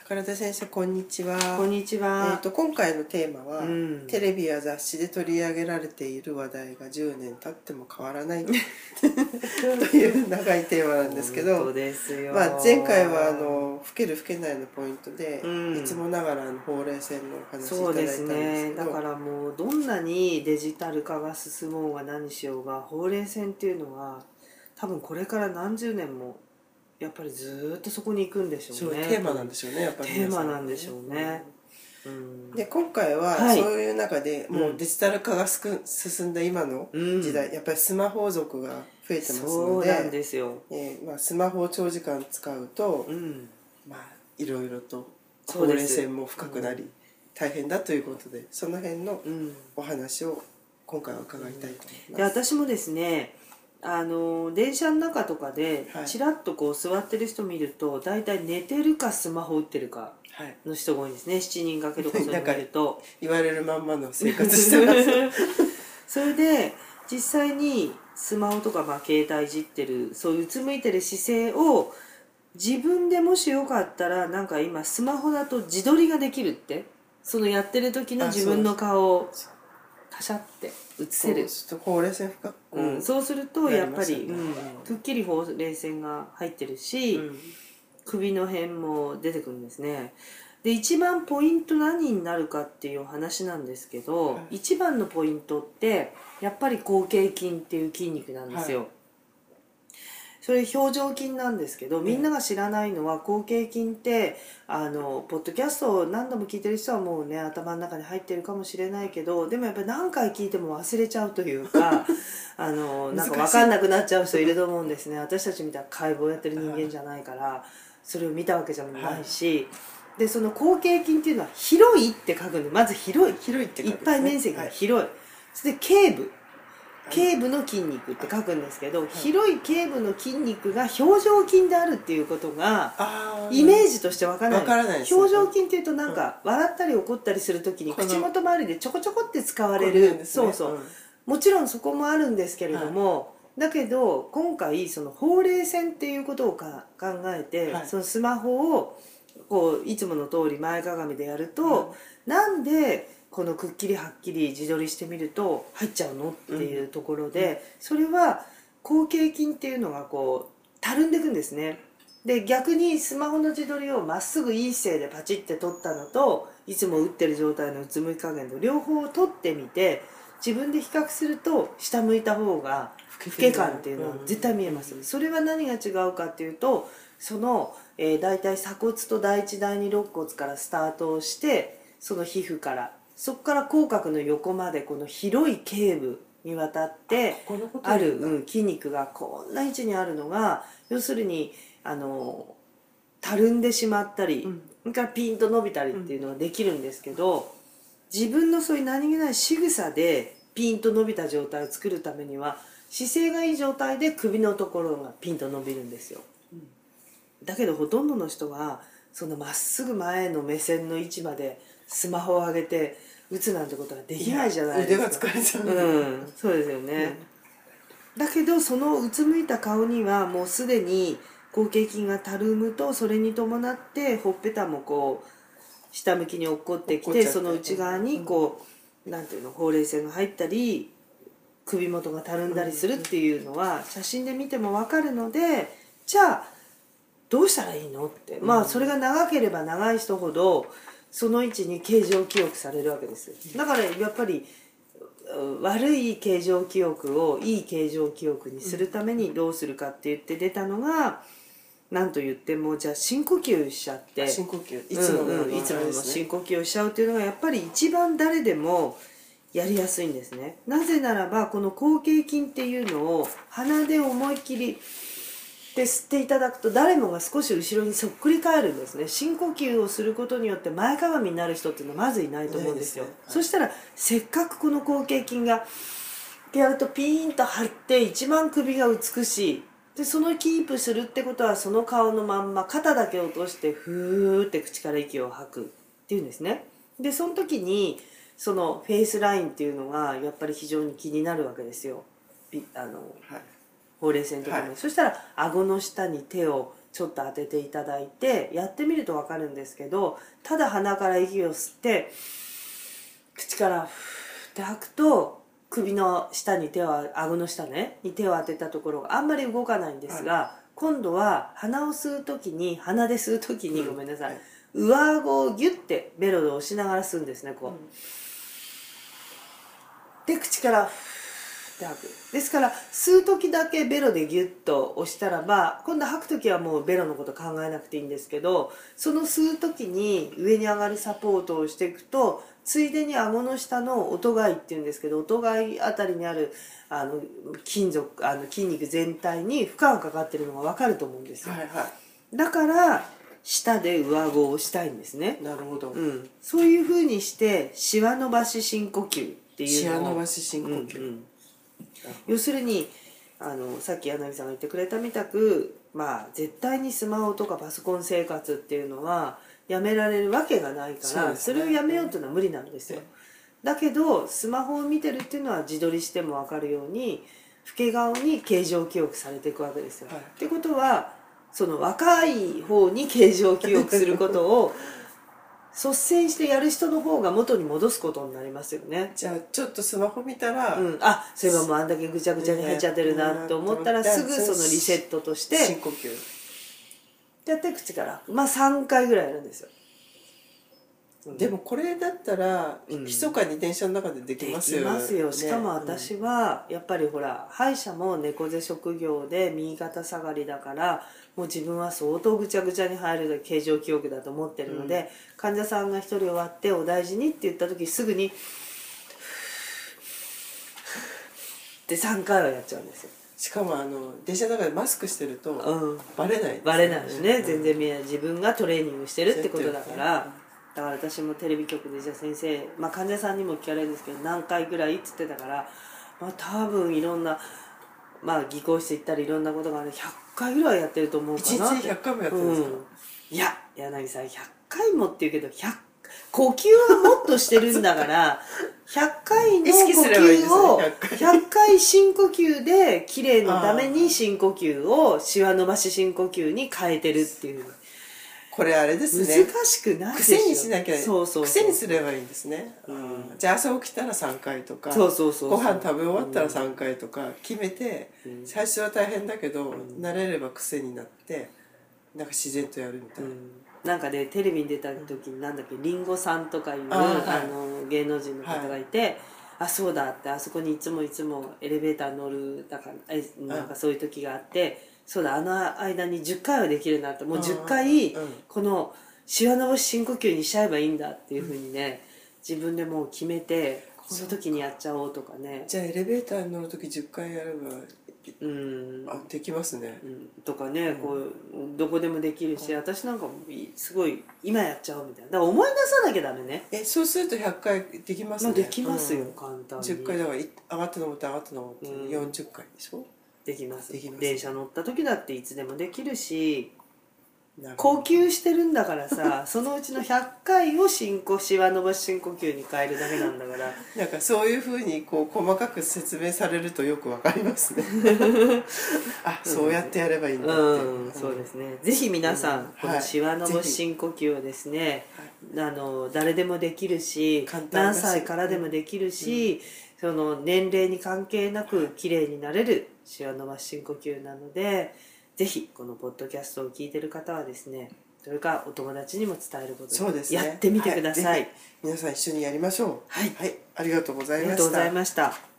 宝田先生、こんにちは。 こんにちは。 今回のテーマは、テレビや雑誌で取り上げられている話題が10年経っても変わらないという長いテーマなんですけど、 本当ですよ。 前回は老ける老けないのポイントで、いつもながらほうれい線のお話いただいたんですけど、 そうですね。だからもうどんなにデジタル化が進もうが何しようが、ほうれい線っていうのは多分これから何十年もやっぱりずっとそこに行くんでしょうね。 テーマなんでしょうね、やっぱり、 テーマなんでしょうね。 で今回はそういう中で、もうデジタル化が進んだ今の時代、やっぱりスマホ族が増えてますので、 そうなんですよ。 スマホを長時間使うと、いろいろとほうれい線も深くなり、大変だということで、その辺のお話を今回は伺いたいと思います。 で、私もですね、電車の中とかでちらっとこう座ってる人見ると、大体寝てるかスマホ打ってるかの人が多いんですね。7人掛けとかそういうの見ると言われるまんまの生活してますそれで実際にスマホとか携帯いじってる、そういううつむいてる姿勢を自分でもしよかったら、なんか今スマホだと自撮りができるって、そのやってる時の自分の顔をカシャって映せる。 ほうれい線深く、 そうするとやっぱりくっきりほうれい線が入ってるし、首の辺も出てくるんですね。で、一番ポイント何になるかっていう話なんですけど、一番のポイントってやっぱり広頚筋っていう筋肉なんですよ。それ表情筋なんですけど、みんなが知らないのは広頚筋ってポッドキャストを何度も聞いてる人はもうね、頭の中に入ってるかもしれないけど、でもやっぱり何回聞いても忘れちゃうというかなんか分かんなくなっちゃう人いると思うんですね。私たちみたいな解剖やってる人間じゃないから、それを見たわけじゃないし、でその広頚筋っていうのは広いって書くんで、まず広いっていっぱい面積が広い、そして頸部の筋肉って書くんですけど、広い頸部の筋肉が表情筋であるっていうことがイメージとしてわからない。表情筋っていうとなんか笑ったり怒ったりするときに口元周りでちょこちょこって使われる、そうそう、もちろんそこもあるんですけれども、だけど今回そのほうれい線っていうことを考えて、そのスマホをこういつもの通り前かがみでやると、なんでこのくっきりはっきり自撮りしてみると入っちゃうのっていうところで、それは広頚筋っていうのがこうたるんでいくんですね。で逆にスマホの自撮りをまっすぐいい姿勢でパチッて撮ったのと、いつも打ってる状態のうつむき加減と両方を撮ってみて、自分で比較すると下向いた方が老け感っていうのは絶対見えます。それは何が違うかっていうと、その、大体鎖骨と第一第二肋骨からスタートをして、その皮膚からそこから口角の横までこの広い頸部にわたってある筋肉がこんな位置にあるのが、要するにたるんでしまったり、それからピンと伸びたりっていうのができるんですけど、自分のそういう何気ない仕草でピンと伸びた状態を作るためには、姿勢がいい状態で首のところがピンと伸びるんですよ。だけどほとんどの人はそのまっすぐ前の目線の位置までスマホを上げて打つなんてことはできないじゃないですか。 腕が疲れちゃう。 そうですよね。だけどそのうつむいた顔にはもうすでに広頚筋がたるむと、それに伴ってほっぺたもこう下向きに落っこってきて、その内側にこうなんていうの、ほうれい線が入ったり首元がたるんだりするっていうのは写真で見ても分かるので、じゃあどうしたらいいのって、それが長ければ長い人ほどその位置に形状記憶されるわけです。だからやっぱり悪い形状記憶をいい形状記憶にするためにどうするかって言って出たのが、なんと言ってもじゃあ深呼吸しちゃって、 深呼吸いつもの深呼吸をしちゃうっていうのがやっぱり一番誰でもやりやすいんですね。なぜならばこの広頚筋っていうのを鼻で思いっきりで吸っていただくと、誰もが少し後ろにそっくり返るんですね。深呼吸をすることによって前かがみになる人っていうのはまずいないと思うんですよ。そしたらせっかくこの広頚筋がってやるとピーンと張って一番首が美しい。でそのキープするってことは、その顔のまんま肩だけ落としてふーって口から息を吐くっていうんですね。でその時にそのフェイスラインっていうのがやっぱり非常に気になるわけですよ。ほうれい線とかも、そしたら顎の下に手をちょっと当てていただいてやってみると分かるんですけど、ただ鼻から息を吸って口からフーって吐くと首の下に顎の下ねに手を当てたところがあんまり動かないんですが、はい、今度は鼻で吸う時に、ごめんなさい、上顎をギュッてベロで押しながら吸うんですね、こう、で口からフーって吐く。ですから吸う時だけベロでギュッと押したらば、今度吐く時はもうベロのこと考えなくていいんですけど、その吸う時に上に上がるサポートをしていくと、ついでに顎の下の音蓋っていうんですけど、音蓋あたりにある筋肉全体に負荷がかかってるのが分かると思うんですよ、はいはい、だから舌で上顎を押したいんですね。 なるほど、 そういうふうにしてしわ伸ばし深呼吸っていうのを、 しわ伸ばし深呼吸、 要するにさっき柳さんが言ってくれたみたく、絶対にスマホとかパソコン生活っていうのはやめられるわけがないから、それをやめようというのは無理なんですよ。だけどスマホを見てるっていうのは自撮りしても分かるように老け顔に形状記憶されていくわけですよ。ってことはその若い方に形状記憶することを率先してやる人の方が元に戻すことになりますよね。 じゃあちょっとスマホ見たら、 そういえばもうあんだけぐちゃぐちゃに入っちゃってるなと思ったら、すぐそのリセットとして深呼吸やって口から3回ぐらいやるんですよ。 でもこれだったら密かに電車の中でできますよね。 できますよ。しかも私はやっぱりほら歯医者も猫背職業で右肩下がりだから、もう自分は相当ぐちゃぐちゃに入る形状記憶だと思ってるので、患者さんが1人終わってお大事にって言った時すぐにって3回はやっちゃうんですよ。 しかも電車の中でマスクしてるとバレないですね。 バレないしね、全然見えない。自分がトレーニングしてるってことだから。だから私もテレビ局でじゃあ先生、患者さんにも聞かれるんですけど何回ぐらいって言ってたから、多分いろんな技工室行ったりいろんなことがある100回ぐらいやってると思うかな。 1日100回もやってるんですか？ いや柳さん100回もって言うけど呼吸はもっとしてるんだから100回の呼吸を100回深呼吸できれいのために深呼吸をしわ伸ばし深呼吸に変えてるっていう。 これあれですね、 難しくないでしょ。 癖にしなきゃ、癖にすればいいんですね、じゃあ朝起きたら3回とか、ご飯食べ終わったら3回とか決めて、最初は大変だけど、慣れれば癖になってなんか自然とやるみたいな、 なんかねテレビに出た時にりんごさんとかいう芸能人の方がいて、そうだって、あそこにいつもエレベーター乗るだからなんかそういう時があって、そうだ間に10回はできるなと、もう10回このしわ伸ばし深呼吸にしちゃえばいいんだっていうふうにね、自分でもう決めてこの時にやっちゃおうとかね。 じゃあエレベーターに乗る時10回やればできますね、 とかね、こうどこでもできるし、私なんかもすごい今やっちゃおうみたいな。だから思い出さなきゃダメね。 そうすると100回できますね。 できますよ、簡単に。 10回だから上がって登って40回でしょ。 できます。電車乗った時だっていつでもできるし、呼吸してるんだからさそのうちの100回をしわ伸ばし深呼吸に変えるだけなんだからなんかそういうふうにこう細かく説明されるとよくわかりますねそうやってやればいいんだって、 そうですね。ぜひ皆さん、このしわ伸ばし深呼吸はですね、誰でもできるし、何歳からでもできるし、その年齢に関係なく綺麗になれるしわ伸ばし深呼吸なので、ぜひこのポッドキャストを聞いている方はですね、それからお友達にも伝えることでやってみてください。 皆さん一緒にやりましょう。はい、ありがとうございました。 ありがとうございました。